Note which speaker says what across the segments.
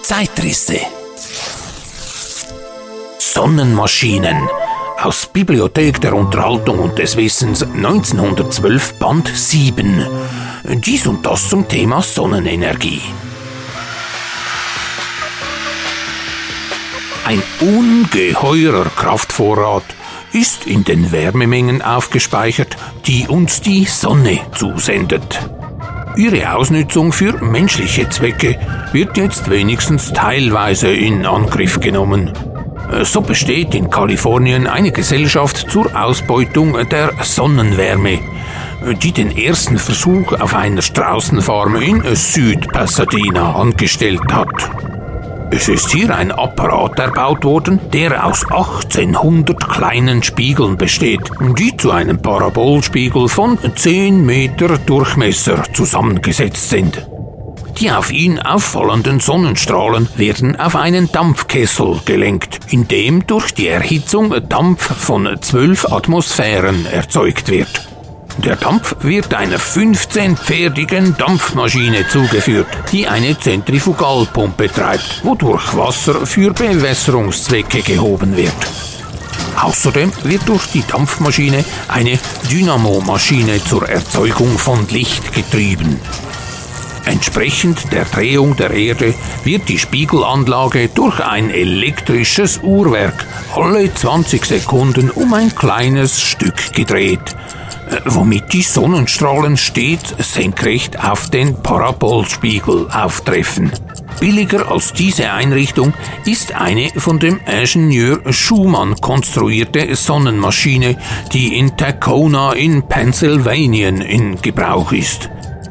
Speaker 1: Zeitrisse. Sonnenmaschinen. Aus Bibliothek der Unterhaltung und des Wissens 1912 Band 7. Dies und das zum Thema Sonnenenergie. Ein ungeheurer Kraftvorrat ist in den Wärmemengen aufgespeichert, die uns die Sonne zusendet. Ihre Ausnutzung für menschliche Zwecke wird jetzt wenigstens teilweise in Angriff genommen. So besteht in Kalifornien eine Gesellschaft zur Ausbeutung der Sonnenwärme, die den ersten Versuch auf einer Straußenfarm in Südpasadena angestellt hat. Es ist hier ein Apparat erbaut worden, der aus 1800 kleinen Spiegeln besteht, die zu einem Parabolspiegel von 10 Meter Durchmesser zusammengesetzt sind. Die auf ihn auffallenden Sonnenstrahlen werden auf einen Dampfkessel gelenkt, in dem durch die Erhitzung Dampf von 12 Atmosphären erzeugt wird. Der Dampf wird einer 15-pferdigen Dampfmaschine zugeführt, die eine Zentrifugalpumpe treibt, wodurch Wasser für Bewässerungszwecke gehoben wird. Außerdem wird durch die Dampfmaschine eine Dynamomaschine zur Erzeugung von Licht getrieben. Entsprechend der Drehung der Erde wird die Spiegelanlage durch ein elektrisches Uhrwerk alle 20 Sekunden um ein kleines Stück gedreht, womit die Sonnenstrahlen stets senkrecht auf den Parabolspiegel auftreffen. Billiger als diese Einrichtung ist eine von dem Ingenieur Schumann konstruierte Sonnenmaschine, die in Tacona in Pennsylvania in Gebrauch ist.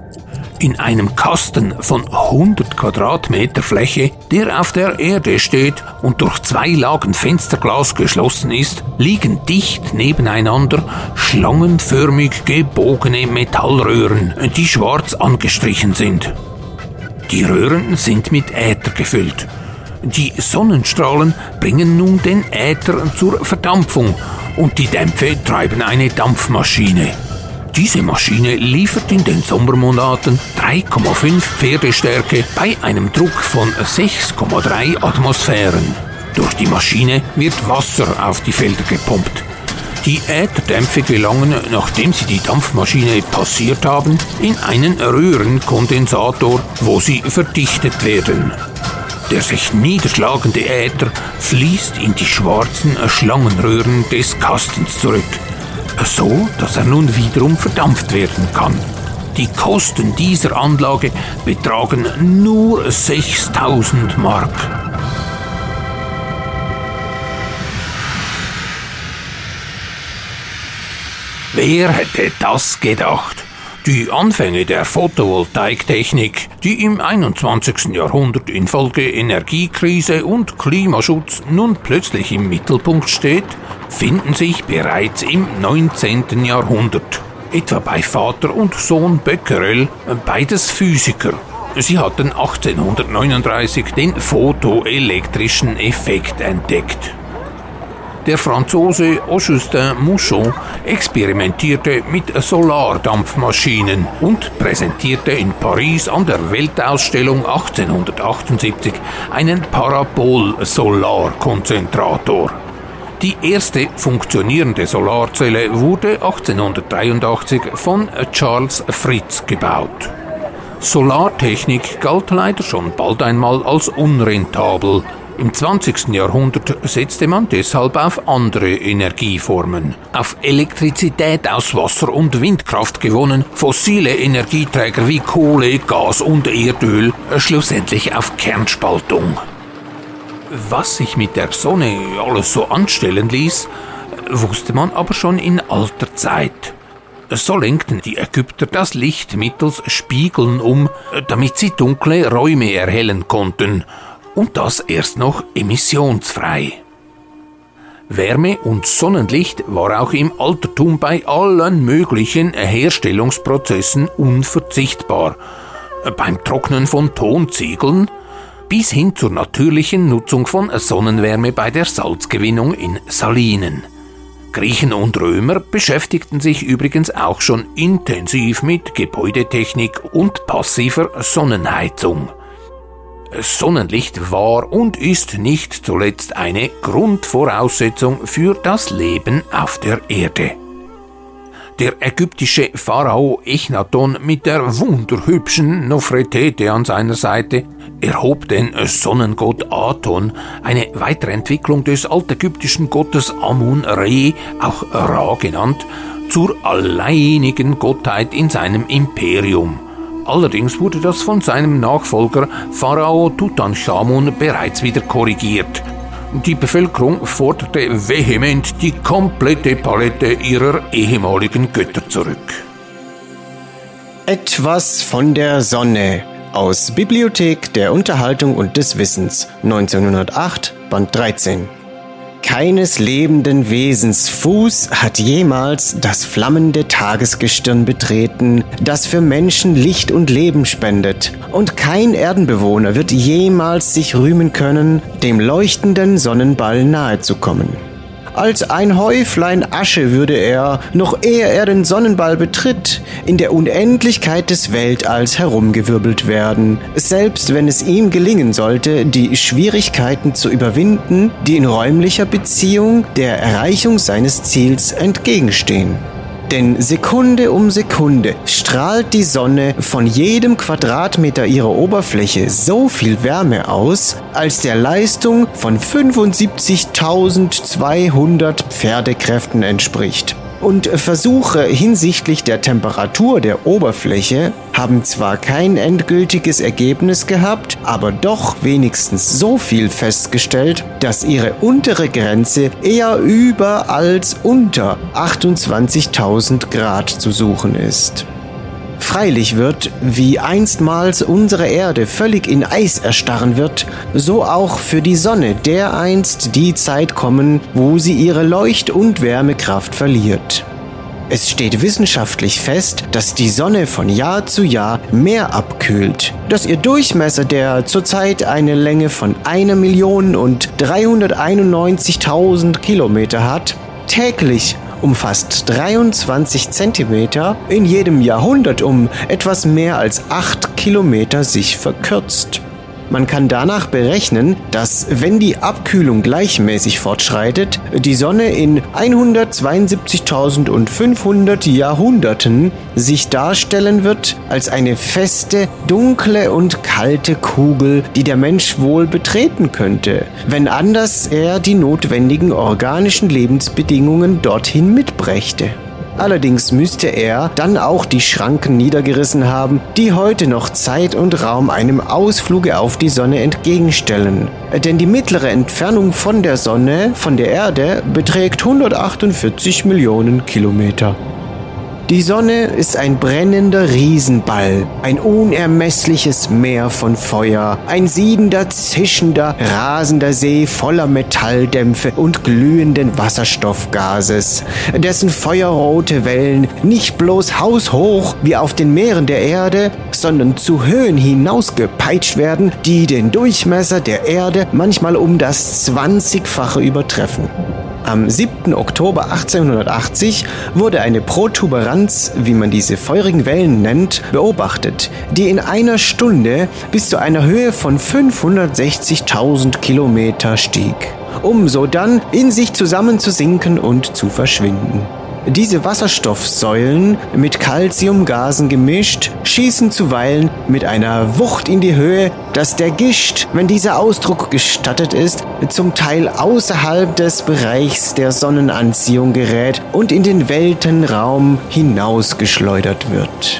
Speaker 1: In einem Kasten von 100 Quadratmeter Fläche, der auf der Erde steht und durch 2 Lagen Fensterglas geschlossen ist, liegen dicht nebeneinander schlangenförmig gebogene Metallröhren, die schwarz angestrichen sind. Die Röhren sind mit Äther gefüllt. Die Sonnenstrahlen bringen nun den Äther zur Verdampfung und die Dämpfe treiben eine Dampfmaschine. Diese Maschine liefert in den Sommermonaten 3,5 Pferdestärke bei einem Druck von 6,3 Atmosphären. Durch die Maschine wird Wasser auf die Felder gepumpt. Die Ätherdämpfe gelangen, nachdem sie die Dampfmaschine passiert haben, in einen Röhrenkondensator, wo sie verdichtet werden. Der sich niederschlagende Äther fließt in die schwarzen Schlangenröhren des Kastens zurück, so dass er nun wiederum verdampft werden kann. Die Kosten dieser Anlage betragen nur 6.000 Mark. Wer hätte das gedacht? Die Anfänge der Photovoltaiktechnik, die im 21. Jahrhundert infolge Energiekrise und Klimaschutz nun plötzlich im Mittelpunkt steht, finden sich bereits im 19. Jahrhundert. Etwa bei Vater und Sohn Becquerel, beides Physiker. Sie hatten 1839 den photoelektrischen Effekt entdeckt. Der Franzose Augustin Mouchon experimentierte mit Solardampfmaschinen und präsentierte in Paris an der Weltausstellung 1878 einen Parabol-Solarkonzentrator. Die erste funktionierende Solarzelle wurde 1883 von Charles Fritts gebaut. Solartechnik galt leider schon bald einmal als unrentabel. Im 20. Jahrhundert setzte man deshalb auf andere Energieformen. Auf Elektrizität aus Wasser- und Windkraft gewonnen, fossile Energieträger wie Kohle, Gas und Erdöl, schlussendlich auf Kernspaltung. Was sich mit der Sonne alles so anstellen ließ, wusste man aber schon in alter Zeit. So lenkten die Ägypter das Licht mittels Spiegeln um, damit sie dunkle Räume erhellen konnten. Und das erst noch emissionsfrei. Wärme und Sonnenlicht war auch im Altertum bei allen möglichen Herstellungsprozessen unverzichtbar. Beim Trocknen von Tonziegeln bis hin zur natürlichen Nutzung von Sonnenwärme bei der Salzgewinnung in Salinen. Griechen und Römer beschäftigten sich übrigens auch schon intensiv mit Gebäudetechnik und passiver Sonnenheizung. Sonnenlicht war und ist nicht zuletzt eine Grundvoraussetzung für das Leben auf der Erde. Der ägyptische Pharao Echnaton mit der wunderhübschen Nofretete an seiner Seite erhob den Sonnengott Aton, eine Weiterentwicklung des altägyptischen Gottes Amun-Re, auch Ra genannt, zur alleinigen Gottheit in seinem Imperium. Allerdings wurde das von seinem Nachfolger Pharao Tutanchamun bereits wieder korrigiert. Die Bevölkerung forderte vehement die komplette Palette ihrer ehemaligen Götter zurück.
Speaker 2: Etwas von der Sonne aus Bibliothek der Unterhaltung und des Wissens, 1908, Band 13. Keines lebenden Wesens Fuß hat jemals das flammende Tagesgestirn betreten, das für Menschen Licht und Leben spendet. Und kein Erdenbewohner wird jemals sich rühmen können, dem leuchtenden Sonnenball nahezukommen. Als ein Häuflein Asche würde er, noch ehe er den Sonnenball betritt, in der Unendlichkeit des Weltalls herumgewirbelt werden, selbst wenn es ihm gelingen sollte, die Schwierigkeiten zu überwinden, die in räumlicher Beziehung der Erreichung seines Ziels entgegenstehen. Denn Sekunde um Sekunde strahlt die Sonne von jedem Quadratmeter ihrer Oberfläche so viel Wärme aus, als der Leistung von 75.200 Pferdekräften entspricht. Und Versuche hinsichtlich der Temperatur der Oberfläche haben zwar kein endgültiges Ergebnis gehabt, aber doch wenigstens so viel festgestellt, dass ihre untere Grenze eher über als unter 28.000 Grad zu suchen ist. Freilich wird, wie einstmals unsere Erde völlig in Eis erstarren wird, so auch für die Sonne dereinst die Zeit kommen, wo sie ihre Leucht- und Wärmekraft verliert. Es steht wissenschaftlich fest, dass die Sonne von Jahr zu Jahr mehr abkühlt, dass ihr Durchmesser, der zurzeit eine Länge von 1.391.000 Kilometer hat, täglich um fast 23 Zentimeter, in jedem Jahrhundert um etwas mehr als 8 Kilometer sich verkürzt. Man kann danach berechnen, dass, wenn die Abkühlung gleichmäßig fortschreitet, die Sonne in 172.500 Jahrhunderten sich darstellen wird als eine feste, dunkle und kalte Kugel, die der Mensch wohl betreten könnte, wenn anders er die notwendigen organischen Lebensbedingungen dorthin mitbrächte. Allerdings müsste er dann auch die Schranken niedergerissen haben, die heute noch Zeit und Raum einem Ausfluge auf die Sonne entgegenstellen. Denn die mittlere Entfernung von der Sonne, von der Erde, beträgt 148 Millionen Kilometer. Die Sonne ist ein brennender Riesenball, ein unermessliches Meer von Feuer, ein siedender, zischender, rasender See voller Metalldämpfe und glühenden Wasserstoffgases, dessen feuerrote Wellen nicht bloß haushoch wie auf den Meeren der Erde, sondern zu Höhen hinausgepeitscht werden, die den Durchmesser der Erde manchmal um das 20-fache übertreffen. Am 7. Oktober 1880 wurde eine Protuberanz, wie man diese feurigen Wellen nennt, beobachtet, die in einer Stunde bis zu einer Höhe von 560.000 Kilometer stieg, um so dann in sich zusammenzusinken und zu verschwinden. Diese Wasserstoffsäulen, mit Calciumgasen gemischt, schießen zuweilen mit einer Wucht in die Höhe, dass der Gischt, wenn dieser Ausdruck gestattet ist, zum Teil außerhalb des Bereichs der Sonnenanziehung gerät und in den Weltenraum hinausgeschleudert wird.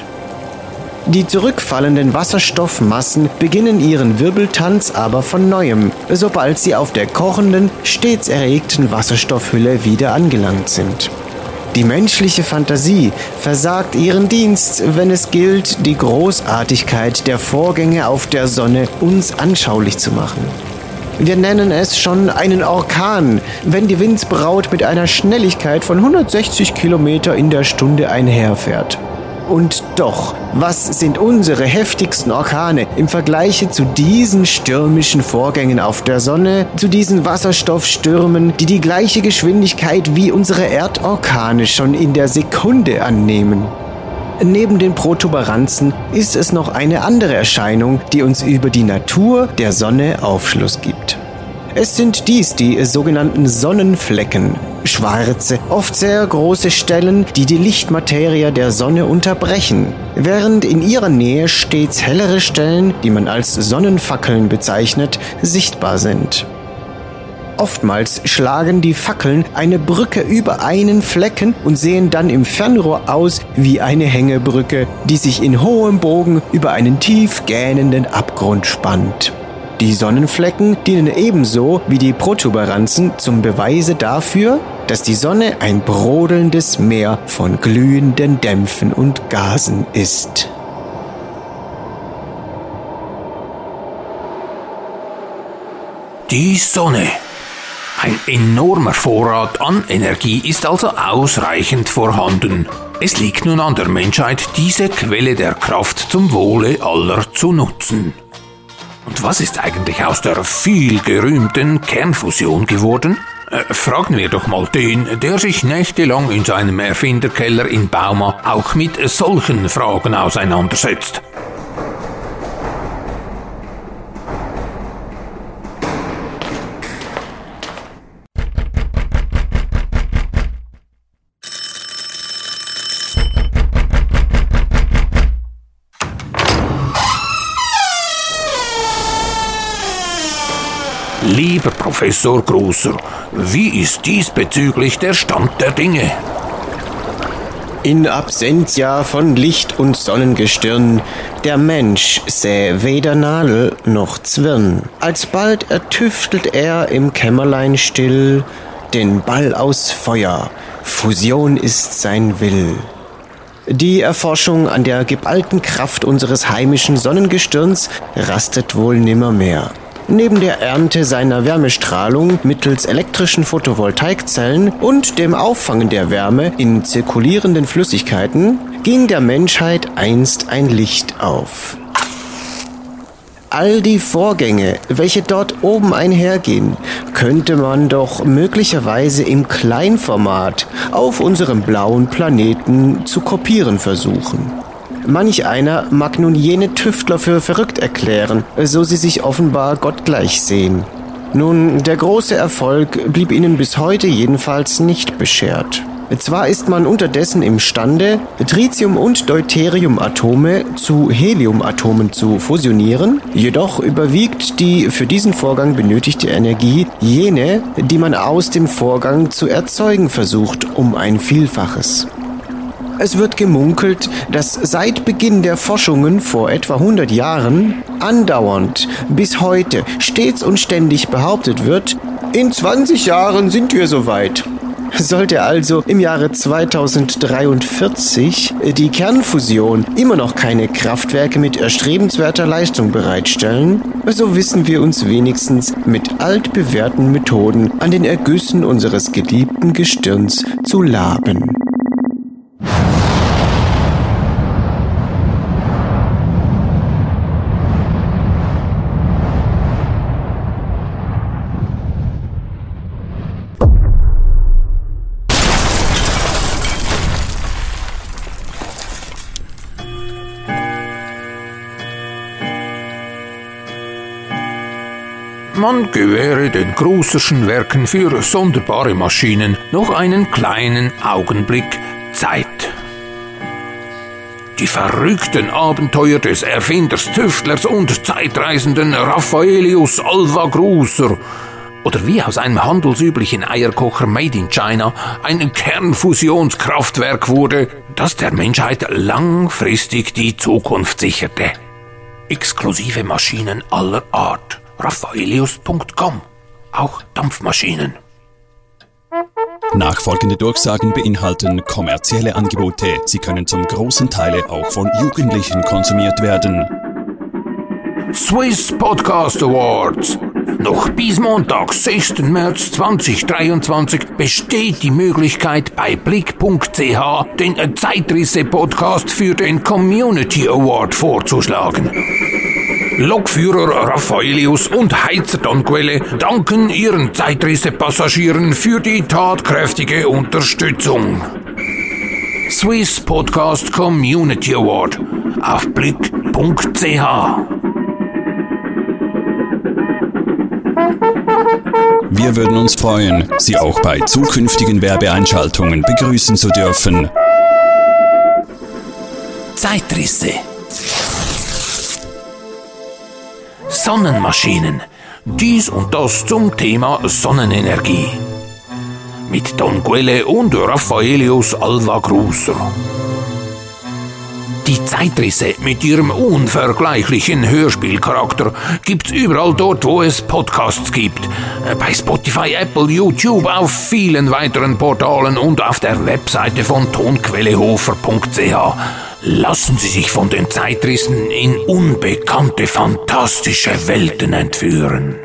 Speaker 2: Die zurückfallenden Wasserstoffmassen beginnen ihren Wirbeltanz aber von neuem, sobald sie auf der kochenden, stets erregten Wasserstoffhülle wieder angelangt sind. Die menschliche Fantasie versagt ihren Dienst, wenn es gilt, die Großartigkeit der Vorgänge auf der Sonne uns anschaulich zu machen. Wir nennen es schon einen Orkan, wenn die Windsbraut mit einer Schnelligkeit von 160 Kilometer in der Stunde einherfährt. Und doch, was sind unsere heftigsten Orkane im Vergleich zu diesen stürmischen Vorgängen auf der Sonne, zu diesen Wasserstoffstürmen, die die gleiche Geschwindigkeit wie unsere Erdorkane schon in der Sekunde annehmen? Neben den Protuberanzen ist es noch eine andere Erscheinung, die uns über die Natur der Sonne Aufschluss gibt. Es sind dies die sogenannten Sonnenflecken, schwarze, oft sehr große Stellen, die die Lichtmaterie der Sonne unterbrechen, während in ihrer Nähe stets hellere Stellen, die man als Sonnenfackeln bezeichnet, sichtbar sind. Oftmals schlagen die Fackeln eine Brücke über einen Flecken und sehen dann im Fernrohr aus wie eine Hängebrücke, die sich in hohem Bogen über einen tief gähnenden Abgrund spannt. Die Sonnenflecken dienen ebenso wie die Protuberanzen zum Beweise dafür, dass die Sonne ein brodelndes Meer von glühenden Dämpfen und Gasen ist.
Speaker 1: Die Sonne. Ein enormer Vorrat an Energie ist also ausreichend vorhanden. Es liegt nun an der Menschheit, diese Quelle der Kraft zum Wohle aller zu nutzen. Und was ist eigentlich aus der viel gerühmten Kernfusion geworden? Fragen wir doch mal den, der sich nächtelang in seinem Erfinderkeller in Bauma auch mit solchen Fragen auseinandersetzt. Lieber Professor Gruser, wie ist diesbezüglich der Stand der Dinge?
Speaker 2: In Absentia von Licht und Sonnengestirn, der Mensch sähe weder Nadel noch Zwirn. Alsbald ertüftelt er im Kämmerlein still den Ball aus Feuer, Fusion ist sein Will. Die Erforschung an der geballten Kraft unseres heimischen Sonnengestirns rastet wohl nimmermehr. Neben der Ernte seiner Wärmestrahlung mittels elektrischen Photovoltaikzellen und dem Auffangen der Wärme in zirkulierenden Flüssigkeiten ging der Menschheit einst ein Licht auf. All die Vorgänge, welche dort oben einhergehen, könnte man doch möglicherweise im Kleinformat auf unserem blauen Planeten zu kopieren versuchen. Manch einer mag nun jene Tüftler für verrückt erklären, so sie sich offenbar gottgleich sehen. Nun, der große Erfolg blieb ihnen bis heute jedenfalls nicht beschert. Zwar ist man unterdessen imstande, Tritium- und Deuterium-Atome zu Helium-Atomen zu fusionieren, jedoch überwiegt die für diesen Vorgang benötigte Energie jene, die man aus dem Vorgang zu erzeugen versucht, um ein Vielfaches. Es wird gemunkelt, dass seit Beginn der Forschungen vor etwa 100 Jahren andauernd bis heute stets und ständig behauptet wird, in 20 Jahren sind wir soweit. Sollte also im Jahre 2043 die Kernfusion immer noch keine Kraftwerke mit erstrebenswerter Leistung bereitstellen, so wissen wir uns wenigstens mit altbewährten Methoden an den Ergüssen unseres geliebten Gestirns zu laben.
Speaker 1: Man gewähre den Gruserschen Werken für sonderbare Maschinen noch einen kleinen Augenblick Zeit. Die verrückten Abenteuer des Erfinders, Tüftlers und Zeitreisenden Raffaelius Alva Gruser, oder wie aus einem handelsüblichen Eierkocher made in China ein Kernfusionskraftwerk wurde, das der Menschheit langfristig die Zukunft sicherte. Exklusive Maschinen aller Art. Raffaelius.com. Auch Dampfmaschinen.
Speaker 3: Nachfolgende Durchsagen beinhalten kommerzielle Angebote. Sie können zum großen Teil auch von Jugendlichen konsumiert werden.
Speaker 1: Swiss Podcast Awards. Noch bis Montag, 6. März 2023 besteht die Möglichkeit, bei blick.ch den Zeitrisse-Podcast für den Community Award vorzuschlagen. Lokführer Raffaelius und Heizer Donquelle danken ihren Zeitrisse-Passagieren für die tatkräftige Unterstützung. Swiss Podcast Community Award auf blick.ch.
Speaker 3: Wir würden uns freuen, Sie auch bei zukünftigen Werbeeinschaltungen begrüßen zu dürfen.
Speaker 1: Zeitrisse. Sonnenmaschinen. Dies und das zum Thema Sonnenenergie. Mit Don Quelle und Raffaelius Alvagruser. Die Zeitrisse mit ihrem unvergleichlichen Hörspielcharakter gibt's überall dort, wo es Podcasts gibt. Bei Spotify, Apple, YouTube, auf vielen weiteren Portalen und auf der Webseite von tonquellehofer.ch. Lassen Sie sich von den Zeitrissen in unbekannte, fantastische Welten entführen.